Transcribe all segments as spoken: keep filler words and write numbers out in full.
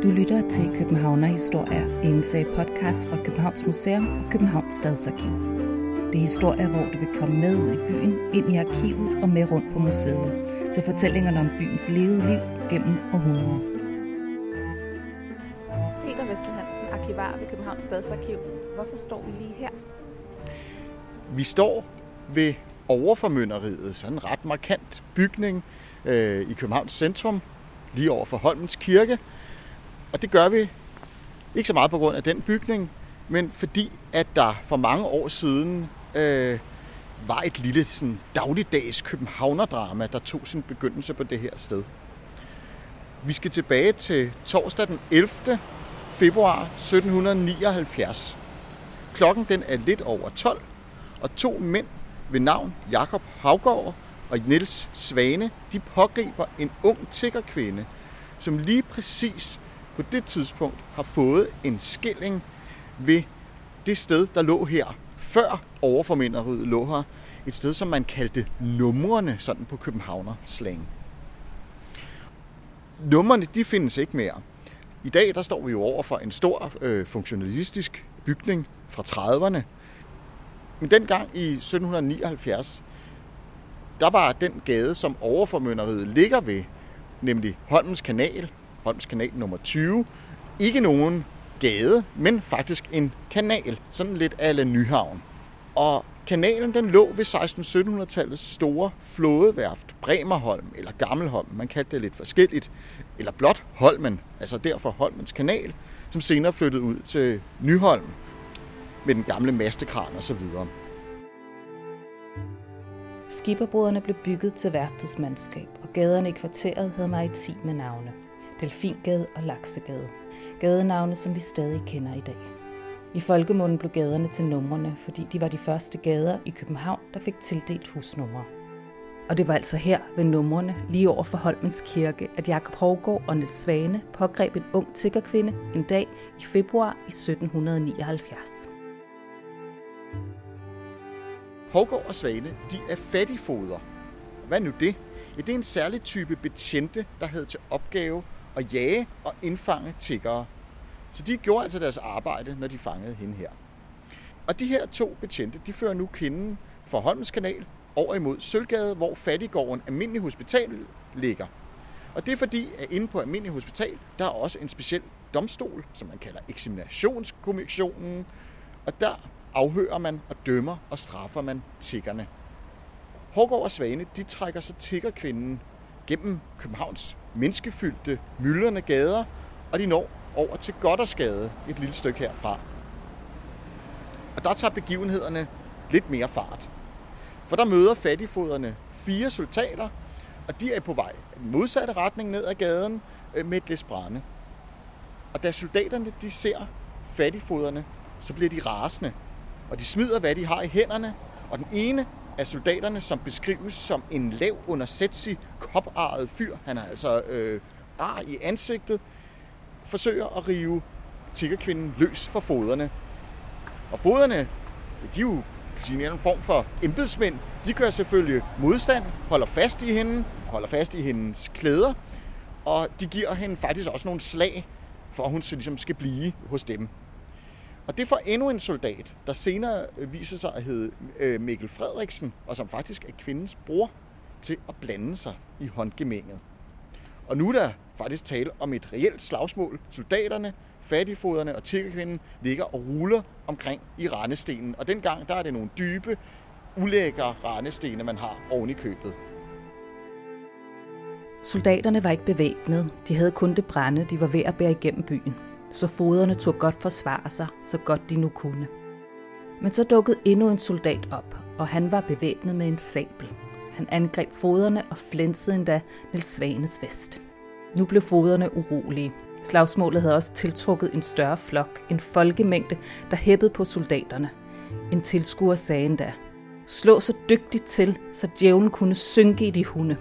Du lytter til Københavnerhistorier, en podcast fra Københavns Museum og Københavns Stadsarkiv. Det er historier, hvor du vil komme med ud i byen, ind i arkivet og med rundt på museet, til fortællingerne om byens levede liv gennem århundreder. Peter Vesselhansen, arkivar ved Københavns Stadsarkiv. Hvorfor står vi lige her? Vi står ved Overformynderiet, sådan en ret markant bygning øh, i Københavns centrum, lige over for Holmens Kirke. Og det gør vi ikke så meget på grund af den bygning, men fordi at der for mange år siden øh, var et lille sådan, dagligdags københavnerdrama, der tog sin begyndelse på det her sted. Vi skal tilbage til torsdag den ellevte februar sytten nioghalvfjerds. Klokken den er lidt over tolv, og to mænd ved navn Jakob Haugaard og Niels Svane, de pågriber en ung tiggerkvinde, som lige præcis på det tidspunkt har fået en skilling ved det sted, der lå her, før Overformynderiet lå her. Et sted, som man kaldte numrene, sådan på københavnerslang. Numrene, de findes ikke mere. I dag, der står vi jo over for en stor øh, funktionalistisk bygning fra trediverne. Men dengang i sytten nioghalvfjerds, der var den gade, som Overformynderiet ligger ved, nemlig Holmens Kanal, Holmens Kanal nummer tyve, ikke nogen gade, men faktisk en kanal, sådan lidt a la Nyhavn. Og kanalen, den lå ved seksten-syttenhundredetallets store flådeværft, Bremerholm eller Gammelholm, man kaldte det lidt forskelligt, eller blot Holmen, altså derfor Holmens Kanal, som senere flyttede ud til Nyholm med den gamle mastekran og så videre. Skipperboderne blev bygget til værftets mandskab, og gaderne i kvarteret havde maritime navne. Delfingade og Laksegade. Gadenavne, som vi stadig kender i dag. I folkemunden blev gaderne til numrene, fordi de var de første gader i København, der fik tildelt husnumre. Og det var altså her ved numrene, lige over for Holmens Kirke, at Jakob Haugaard og Niels Svane pågreb en ung tiggerkvinde en dag i februar i sytten nioghalvfjerds. Haugaard og Svane, de er fattigfoder. Hvad nu det? Ja, det er en særlig type betjente, der havde til opgave at jage og indfange tiggere. Så de gjorde altså deres arbejde, når de fangede hende her. Og de her to betjente, de fører nu kvinden fra Holmens Kanal over imod Sølvgade, hvor fattiggården Almindelig Hospital ligger. Og det er fordi, at inde på Almindelig Hospital, der er også en speciel domstol, som man kalder eksaminationskommissionen, og der afhører man og dømmer og straffer man tiggerne. Haugaard og Svane, de trækker så tiggerkvinden gennem Københavns menneskefyldte, myldrende gader, og de når over til Gothersgade, et lille stykke herfra. Og der tager begivenhederne lidt mere fart. For der møder fattigfoderne fire soldater, og de er på vej i den modsatte retning ned ad gaden med et glæs brænde. Og da soldaterne de ser fattigfoderne, så bliver de rasende, og de smider, hvad de har i hænderne, og den ene af soldaterne, som beskrives som en lav, undersætsig, koparret fyr, han har altså øh, ar i ansigtet, forsøger at rive tiggerkvinden løs fra foderne. Og foderne, de er jo en eller anden form for embedsmænd, de gør selvfølgelig modstand, holder fast i hende, holder fast i hendes klæder, og de giver hende faktisk også nogle slag, for at hun så ligesom skal blive hos dem. Og det får endnu en soldat, der senere viser sig at hedde Mikkel Frederiksen, og som faktisk er kvindens bror, til at blande sig i håndgemænget. Og nu er der faktisk tale om et reelt slagsmål. Soldaterne, fattigfoderne og tiggerkvinden ligger og ruller omkring i rendestenen. Og dengang der er det nogle dybe, ulækre rendestene, man har oven i købet. Soldaterne var ikke bevæbnet. De havde kun det brænde, de var ved at bære igennem byen. Så foderne tog godt forsvare sig, så godt de nu kunne. Men så dukkede endnu en soldat op, og han var bevæbnet med en sabel. Han angreb foderne og flænsede endda Niels Svanes vest. Nu blev foderne urolige. Slagsmålet havde også tiltrukket en større flok, en folkemængde, der hæppede på soldaterne. En tilskuer sagde endda: "Slå så dygtigt til, så djævlen kunne synke i de hunde."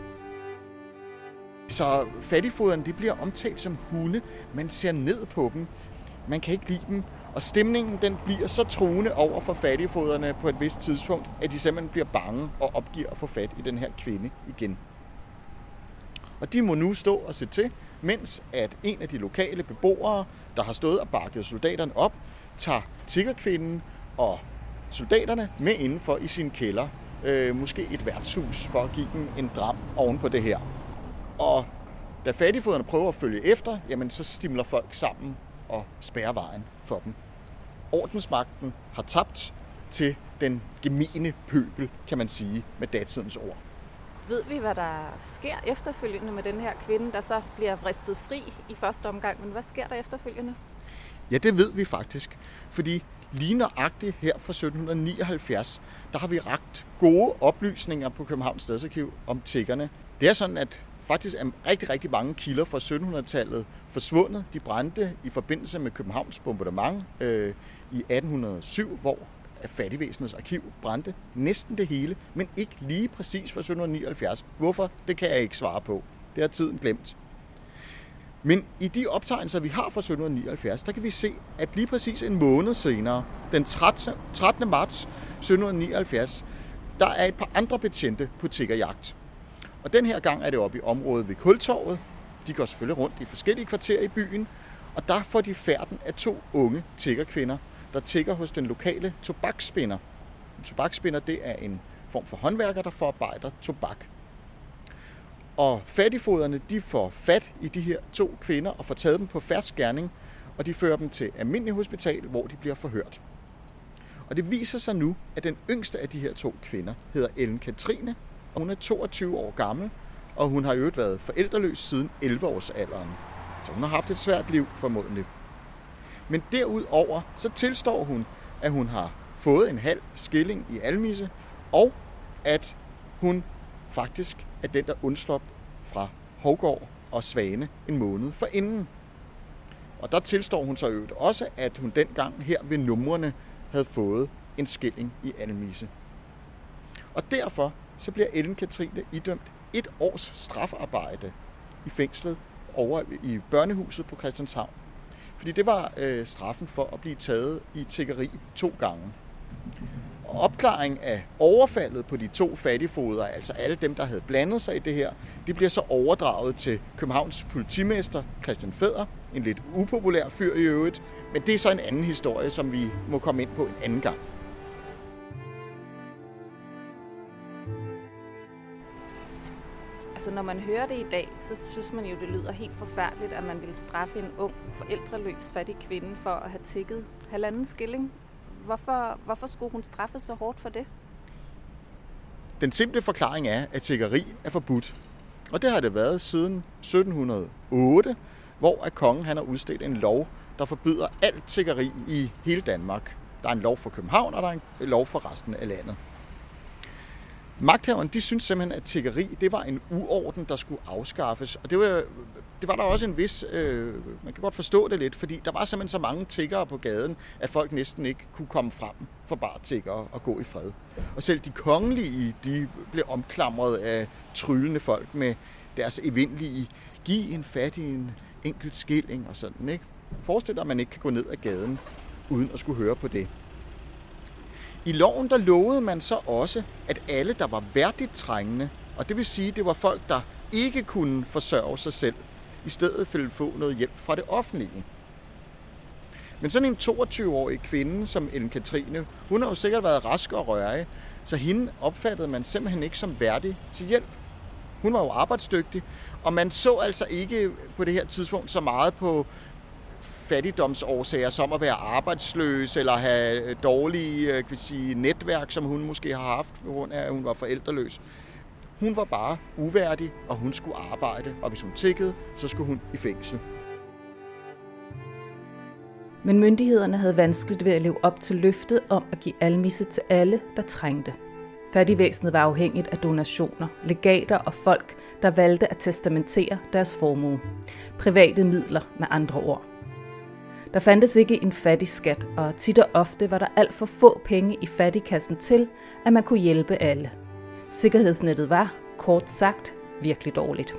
Så fattigfoderne, de bliver omtalt som hunde. Man ser ned på dem. Man kan ikke lide dem. Og stemningen, den bliver så truende over for fattigfoderne på et vist tidspunkt, at de simpelthen bliver bange og opgiver at få fat i den her kvinde igen. Og de må nu stå og se til, mens at en af de lokale beboere, der har stået og bakket soldaterne op, tager tiggerkvinden og soldaterne med indenfor i sin kælder. Øh, måske et værtshus for at give dem en dram oven på det her. Og da fattigfoderne prøver at følge efter, jamen så stimler folk sammen og spærrer vejen for dem. Ordensmagten har tabt til den gemene pøbel, kan man sige, med datidens ord. Ved vi, hvad der sker efterfølgende med den her kvinde, der så bliver vristet fri i første omgang, men hvad sker der efterfølgende? Ja, det ved vi faktisk, fordi lige nøjagtigt her fra sytten nioghalvfjerds, der har vi rakt gode oplysninger på Københavns Stadsarkiv om tiggerne. Det er sådan, at faktisk er rigtig, rigtig mange kilder fra syttenhundredetallet forsvundet. De brændte i forbindelse med Københavns bombardement øh, i atten hundrede og syv, hvor Fattigvæsenets arkiv brændte næsten det hele, men ikke lige præcis fra sytten nioghalvfjerds. Hvorfor? Det kan jeg ikke svare på. Det har tiden glemt. Men i de optegnelser, vi har fra sytten nioghalvfjerds, der kan vi se, at lige præcis en måned senere, den trettende marts sytten nioghalvfjerds, der er et par andre betjente på tiggerjagt. Og den her gang er det oppe i området ved Kultorvet. De går selvfølgelig rundt i forskellige kvarterer i byen, og der får de færden af to unge tiggerkvinder, der tigger hos den lokale tobaksspinder. En tobaksspinder, det er en form for håndværker, der forarbejder tobak. Og fattigfoderne, de får fat i de her to kvinder og får taget dem på fersk gerning, og de fører dem til almindelig hospital, hvor de bliver forhørt. Og det viser sig nu, at den yngste af de her to kvinder hedder Ellen Katrine, og hun er toogtyve år gammel, og hun har i øvrigt været forældreløs siden elleve-årsalderen. Så hun har haft et svært liv, formodentlig. Men derudover så tilstår hun, at hun har fået en halv skilling i almisse, og at hun faktisk er den, der undslap fra Hovgård og Svane en måned forinden. Og der tilstår hun så øvrigt også, at hun dengang her ved numrene havde fået en skilling i almisse. Og derfor så bliver Ellen Katrine idømt et års strafarbejde i fængslet over i børnehuset på Christianshavn. Fordi det var øh, straffen for at blive taget i tiggeri to gange. Og opklaring af overfaldet på de to fattigfoder, altså alle dem, der havde blandet sig i det her, det bliver så overdraget til Københavns politimester Christian Feder, en lidt upopulær fyr i øvrigt, men det er så en anden historie, som vi må komme ind på en anden gang. Altså, når man hører det i dag, så synes man jo, det lyder helt forfærdeligt, at man ville straffe en ung, forældreløs, fattig kvinde for at have tigget halvanden skilling. Hvorfor, hvorfor skulle hun straffes så hårdt for det? Den simple forklaring er, at tiggeri er forbudt. Og det har det været siden sytten hundrede og otte, hvor at kongen han har udstedt en lov, der forbyder alt tiggeri i hele Danmark. Der er en lov for København, og der er en lov for resten af landet. Magthaverne, de synes simpelthen, at tiggeri, det var en uorden, der skulle afskaffes. Og det var, det var der også en vis, øh, man kan godt forstå det lidt, fordi der var simpelthen så mange tiggere på gaden, at folk næsten ikke kunne komme frem for bare tiggere og gå i fred. Og selv de kongelige, de blev omklamret af tryllende folk med deres evindelige, giv en fattig en enkelt skilling og sådan, ikke? Forestil dig, at man ikke kan gå ned ad gaden, uden at skulle høre på det. I loven der lovede man så også, at alle, der var værdigt trængende, og det vil sige, det var folk, der ikke kunne forsørge sig selv, i stedet ville få noget hjælp fra det offentlige. Men sådan en toogtyve-årig kvinde som Ellen Katrine, hun har jo sikkert været rask og rørig, så hende opfattede man simpelthen ikke som værdig til hjælp. Hun var jo arbejdsdygtig, og man så altså ikke på det her tidspunkt så meget på fattigdomsårsager som at være arbejdsløs eller have dårlige kan vi sige, netværk, som hun måske har haft, på grund af, at hun var forældreløs. Hun var bare uværdig, og hun skulle arbejde, og hvis hun tiggede, så skulle hun i fængsel. Men myndighederne havde vanskeligt ved at leve op til løftet om at give almisse til alle, der trængte. Fattigvæsenet var afhængigt af donationer, legater og folk, der valgte at testamentere deres formue. Private midler med andre ord. Der fandtes ikke en fattig skat, og tit og ofte var der alt for få penge i fattigkassen til, at man kunne hjælpe alle. Sikkerhedsnettet var, kort sagt, virkelig dårligt.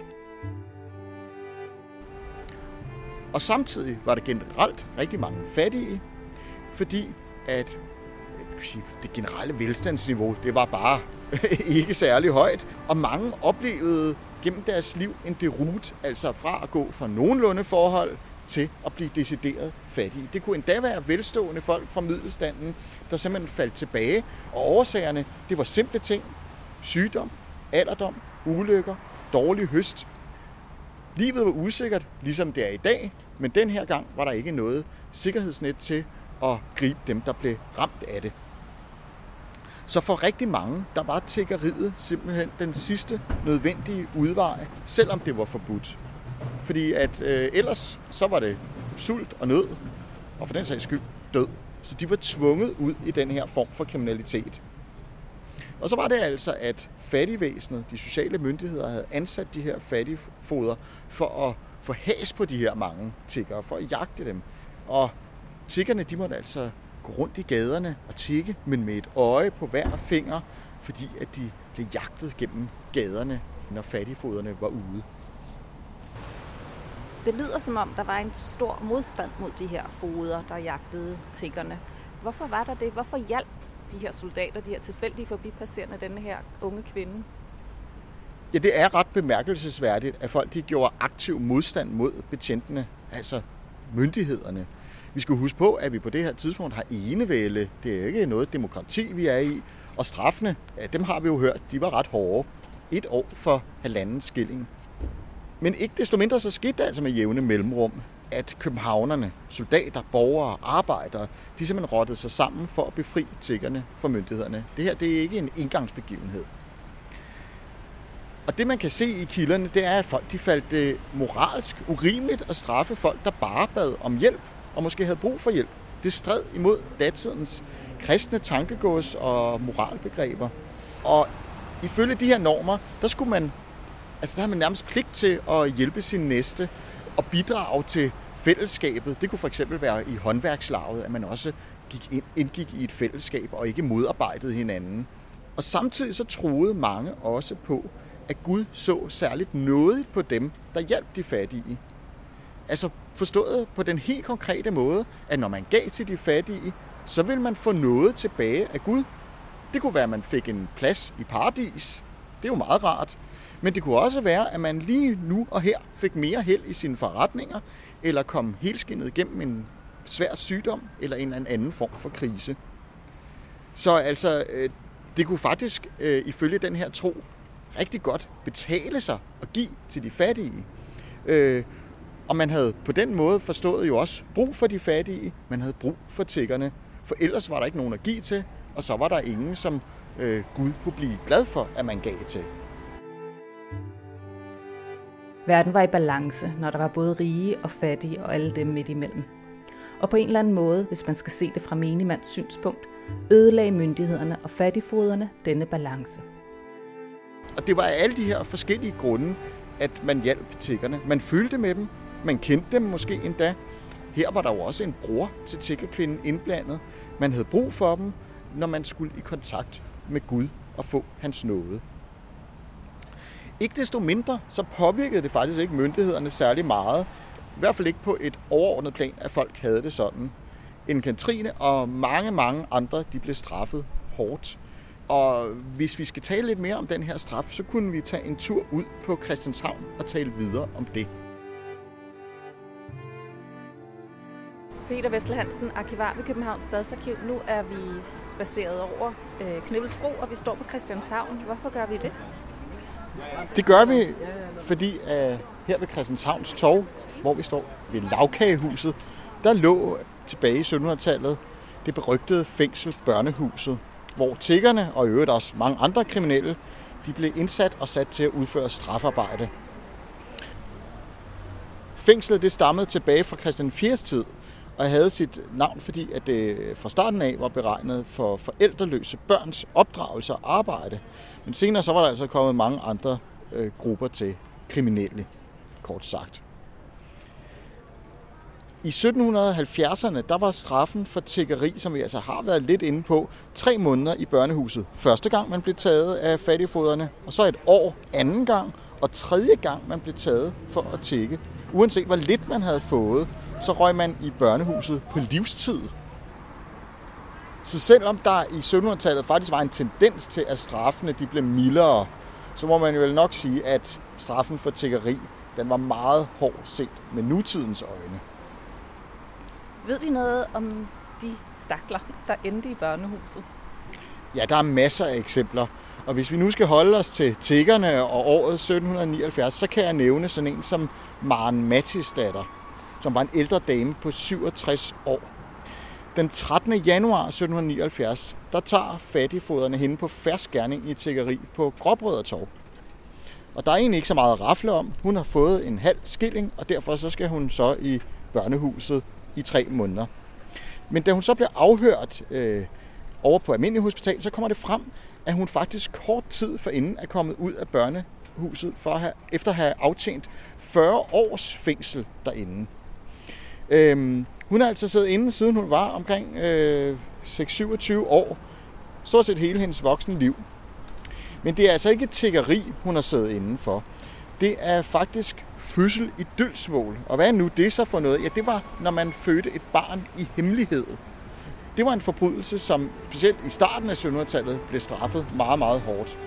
Og samtidig var der generelt rigtig mange fattige, fordi at det generelle velstandsniveau, det var bare ikke særlig højt, og mange oplevede gennem deres liv en deroute, altså fra at gå fra nogenlunde forhold til at blive decideret fattige. Det kunne endda være velstående folk fra middelstanden, der simpelthen faldt tilbage, og årsagerne, det var simple ting: sygdom, alderdom, ulykker, dårlig høst. Livet var usikkert, ligesom det er i dag, men den her gang var der ikke noget sikkerhedsnet til at gribe dem, der blev ramt af det. Så for rigtig mange, der var tiggeriet simpelthen den sidste nødvendige udvej, selvom det var forbudt. Fordi at øh, ellers så var det sult og nød, og for den sags skyld død. Så de var tvunget ud i den her form for kriminalitet. Og så var det altså, at fattigvæsenet, de sociale myndigheder, havde ansat de her fattigfoder for at få has på de her mange tiggere, for at jagte dem. Og tiggerne, de måtte altså gå rundt i gaderne og tigge, men med et øje på hver finger, fordi at de blev jagtet gennem gaderne, når fattigfoderne var ude. Det lyder som om, der var en stor modstand mod de her foder, der jagtede tiggerne. Hvorfor var der det? Hvorfor hjalp de her soldater, de her tilfældige forbipasserende, denne her unge kvinde? Ja, det er ret bemærkelsesværdigt, at folk de gjorde aktiv modstand mod betjentene, altså myndighederne. Vi skal huske på, at vi på det her tidspunkt har enevælde. Det er ikke noget demokrati, vi er i. Og straffene, ja, dem har vi jo hørt, de var ret hårde. Et år for halvanden skilling. Men ikke desto mindre, så skete det altså med jævne mellemrum, at københavnerne, soldater, borgere, arbejdere, de simpelthen rottede sig sammen for at befri tiggerne fra myndighederne. Det her, det er ikke en engangsbegivenhed. Og det, man kan se i kilderne, det er, at folk de faldt det moralsk urimeligt at straffe folk, der bare bad om hjælp, og måske havde brug for hjælp. Det stred imod datidens kristne tankegods og moralbegreber. Og ifølge de her normer, der skulle man, altså der har man nærmest pligt til at hjælpe sin næste og bidrage til fællesskabet. Det kunne for eksempel være i håndværkslaget, at man også gik ind, indgik i et fællesskab og ikke modarbejdede hinanden. Og samtidig så troede mange også på, at Gud så særligt nådigt på dem, der hjalp de fattige. Altså forstået på den helt konkrete måde, at når man gav til de fattige, så ville man få noget tilbage af Gud. Det kunne være, at man fik en plads i paradis. Det er jo meget rart. Men det kunne også være, at man lige nu og her fik mere held i sine forretninger, eller kom helskindet igennem en svær sygdom, eller en eller anden form for krise. Så altså, det kunne faktisk, ifølge den her tro, rigtig godt betale sig at give til de fattige. Og man havde på den måde forstået jo også brug for de fattige, man havde brug for tiggerne, for ellers var der ikke nogen at give til, og så var der ingen, som øh, Gud kunne blive glad for, at man gav til. Verden var i balance, når der var både rige og fattige og alle dem midt imellem. Og på en eller anden måde, hvis man skal se det fra menigmands synspunkt, ødelagde myndighederne og fattigfoderne denne balance. Og det var af alle de her forskellige grunde, at man hjalp tiggerne. Man følte med dem, man kendte dem måske endda. Her var der jo også en bror til tiggerkvinden indblandet. Man havde brug for dem, når man skulle i kontakt med Gud og få hans nåde. Ikke desto mindre, så påvirkede det faktisk ikke myndighederne særlig meget. I hvert fald ikke på et overordnet plan, at folk havde det sådan. En Katrine og mange, mange andre, de blev straffet hårdt. Og hvis vi skal tale lidt mere om den her straf, så kunne vi tage en tur ud på Christianshavn og tale videre om det. Peter Wessel Hansen, arkivar ved Københavns Stadsarkiv. Nu er vi spaceret over øh, Knibbelsbro, og vi står på Christianshavn. Hvorfor gør vi det? Det gør vi, fordi uh, her ved Christianshavns Torv, hvor vi står ved Lagkagehuset, der lå tilbage i syttenhundredetallet det berygtede fængsel Børnehuset, hvor tiggerne og i øvrigt også mange andre kriminelle, de blev indsat og sat til at udføre strafarbejde. Fængslet det stammede tilbage fra Christian den fjerdes tid, og havde sit navn, fordi at det fra starten af var beregnet for forældreløse børns opdragelse og arbejde. Men senere så var der altså kommet mange andre øh, grupper til kriminelle, kort sagt. I sytten halvfjerdserne, der var straffen for tiggeri, som vi altså har været lidt inde på, tre måneder i børnehuset. Første gang, man blev taget af fattigfoderne, og så et år anden gang, og tredje gang, man blev taget for at tigge. Uanset hvor lidt man havde fået, så røg man i børnehuset på livstid. Så selvom der i syttenhundredetallet faktisk var en tendens til, at straffene de blev mildere, så må man jo vel nok sige, at straffen for tiggeri, den var meget hård set med nutidens øjne. Ved vi noget om de stakler, der endte i børnehuset? Ja, der er masser af eksempler. Og hvis vi nu skal holde os til tiggerne og året sytten nioghalvfjerds, så kan jeg nævne sådan en som Maren Mathisdatter, som var en ældre dame på syvogtres år. Den trettende januar sytten nioghalvfjerds, der tager fattigfoderne hende på fersk gerning i tiggeri på Gråbrødretorv. Og der er egentlig ikke så meget at rafle om. Hun har fået en halv skilling, og derfor så skal hun så i børnehuset i tre måneder. Men da hun så bliver afhørt øh, over på Almindelig Hospital, så kommer det frem, at hun faktisk kort tid forinden er kommet ud af børnehuset for at have, efter at have aftjent fyrre års fængsel derinde. Øhm, hun har altså siddet inde, siden hun var omkring øh, seks til syvogtyve år. Stort set hele hendes voksne liv. Men det er altså ikke tiggeri, hun har siddet inde for. Det er faktisk fødsel i dølgsmål. Og hvad er nu det så for noget? Ja, det var, når man fødte et barn i hemmelighed. Det var en forbrydelse, som specielt i starten af syttenhundredetallet blev straffet meget, meget hårdt.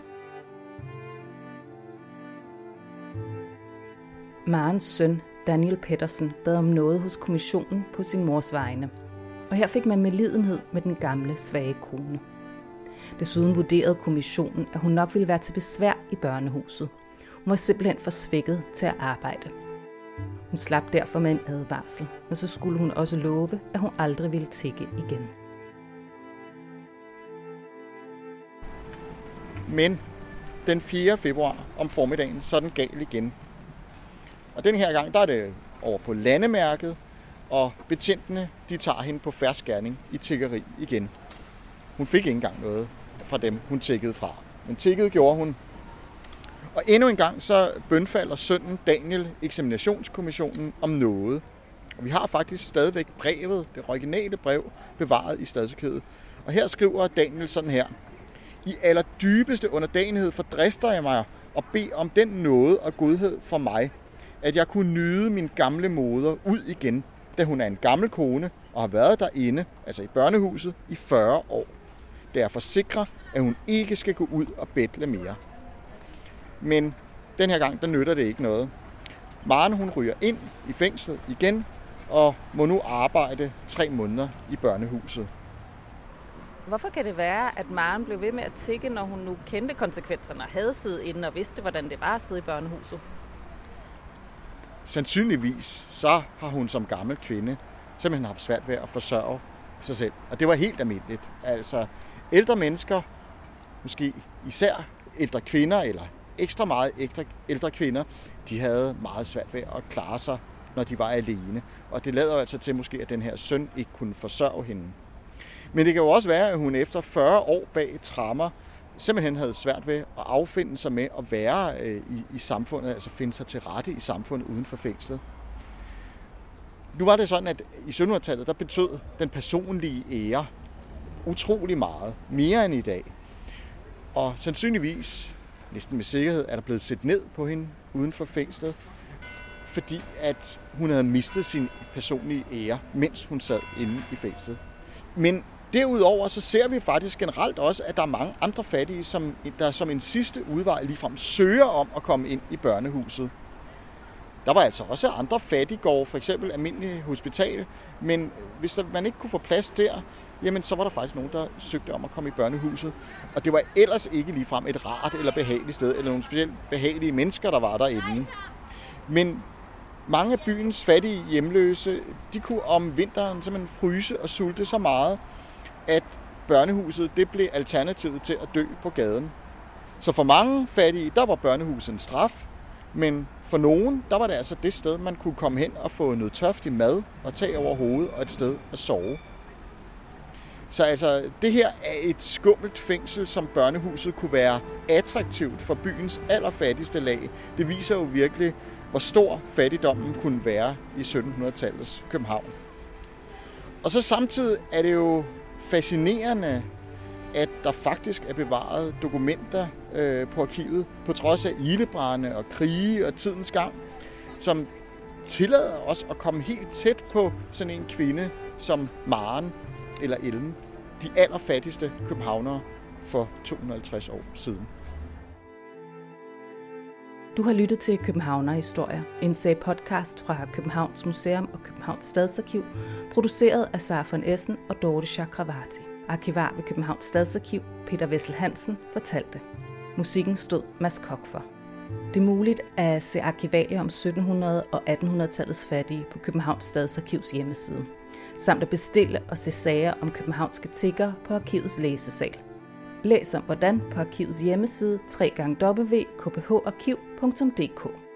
Marens søn, Daniel Pettersen, bad om noget hos kommissionen på sin mors vegne. Og her fik man medlidenhed med den gamle, svage kone. Desuden vurderede kommissionen, at hun nok ville være til besvær i børnehuset. Hun var simpelthen for svækket til at arbejde. Hun slap derfor med en advarsel, men så skulle hun også love, at hun aldrig ville tigge igen. Men den fjerde februar om formiddagen, så er den gal igen. Og den her gang, der er det over på landemærket, og betjentene, de tager hende på fersk gerning i tiggeri igen. Hun fik ikke engang noget fra dem, hun tiggede fra. Men tigget gjorde hun. Og endnu en gang så bønfalder sønnen Daniel eksaminationskommissionen om noget. Og vi har faktisk stadigvæk brevet, det originale brev, bevaret i stadsarkivet. Og her skriver Daniel sådan her: I allerdybeste underdanighed fordrister jeg mig og bede om den nåde og godhed for mig, at jeg kunne nyde min gamle moder ud igen, da hun er en gammel kone og har været derinde, altså i børnehuset, i fyrre år. Derfor sikrer, at hun ikke skal gå ud og betle mere. Men den her gang, der nytter det ikke noget. Maren, hun ryger ind i fængslet igen og må nu arbejde tre måneder i børnehuset. Hvorfor kan det være, at Maren blev ved med at tigge, når hun nu kendte konsekvenserne og havde siddet inde og vidste, hvordan det var at sidde i børnehuset? Sandsynligvis så har hun som gammel kvinde simpelthen haft svært ved at forsørge sig selv. Og det var helt almindeligt. Altså ældre mennesker, måske især ældre kvinder eller ekstra meget ældre, ældre kvinder, de havde meget svært ved at klare sig, når de var alene. Og det lader altså til måske, at den her søn ikke kunne forsørge hende. Men det kan jo også være, at hun efter fyrre år bag tremmer simpelthen havde svært ved at affinde sig med at være øh, i, i samfundet, altså finde sig til rette i samfundet uden for fængslet. Nu var det sådan, at i syttenhundredetallet, der betød den personlige ære utrolig meget, mere end i dag. Og sandsynligvis, næsten med sikkerhed, er der blevet set ned på hende uden for fængslet, fordi at hun havde mistet sin personlige ære, mens hun sad inde i fængslet. Men derudover så ser vi faktisk generelt også, at der er mange andre fattige, som, der som en sidste udvej ligefrem søger om at komme ind i børnehuset. Der var altså også andre fattiggårde, for eksempel Almindelig Hospital, men hvis der, man ikke kunne få plads der, jamen så var der faktisk nogen, der søgte om at komme i børnehuset. Og det var ellers ikke ligefrem et rart eller behageligt sted, eller nogle specielt behagelige mennesker, der var derinde. Men mange af byens fattige hjemløse, de kunne om vinteren simpelthen fryse og sulte så meget, at børnehuset det blev alternativet til at dø på gaden. Så for mange fattige, der var børnehuset en straf, men for nogen, der var det altså det sted, man kunne komme hen og få noget tørftig mad og tage over hovedet og et sted at sove. Så altså, det her er et skummelt fængsel, som børnehuset kunne være attraktivt for byens allerfattigste lag. Det viser jo virkelig, hvor stor fattigdommen kunne være i syttenhundredetallets København. Og så samtidig er det jo fascinerende, at der faktisk er bevaret dokumenter øh, på arkivet, på trods af ildebrande og krige og tidens gang, som tillader os at komme helt tæt på sådan en kvinde som Maren eller Ellen, de allerfattigste københavnere for to hundrede og halvtreds år siden. Du har lyttet til Københavnerhistorier, en serie podcast fra Københavns Museum og Københavns Stadsarkiv, produceret af Sara von Essen og Dorte Chakravarty. Arkivar ved Københavns Stadsarkiv, Peter Wessel Hansen, fortalte. Musikken stod Mads Koch for. Det er muligt at se arkivalier om sytten hundrede- og attenhundrede-tallets fattige på Københavns Stadsarkivs hjemmeside, samt at bestille og se sager om københavnske tiggere på arkivets læsesal. Læs om hvordan på arkivets hjemmeside w w w punktum k p h arkiv punktum d k.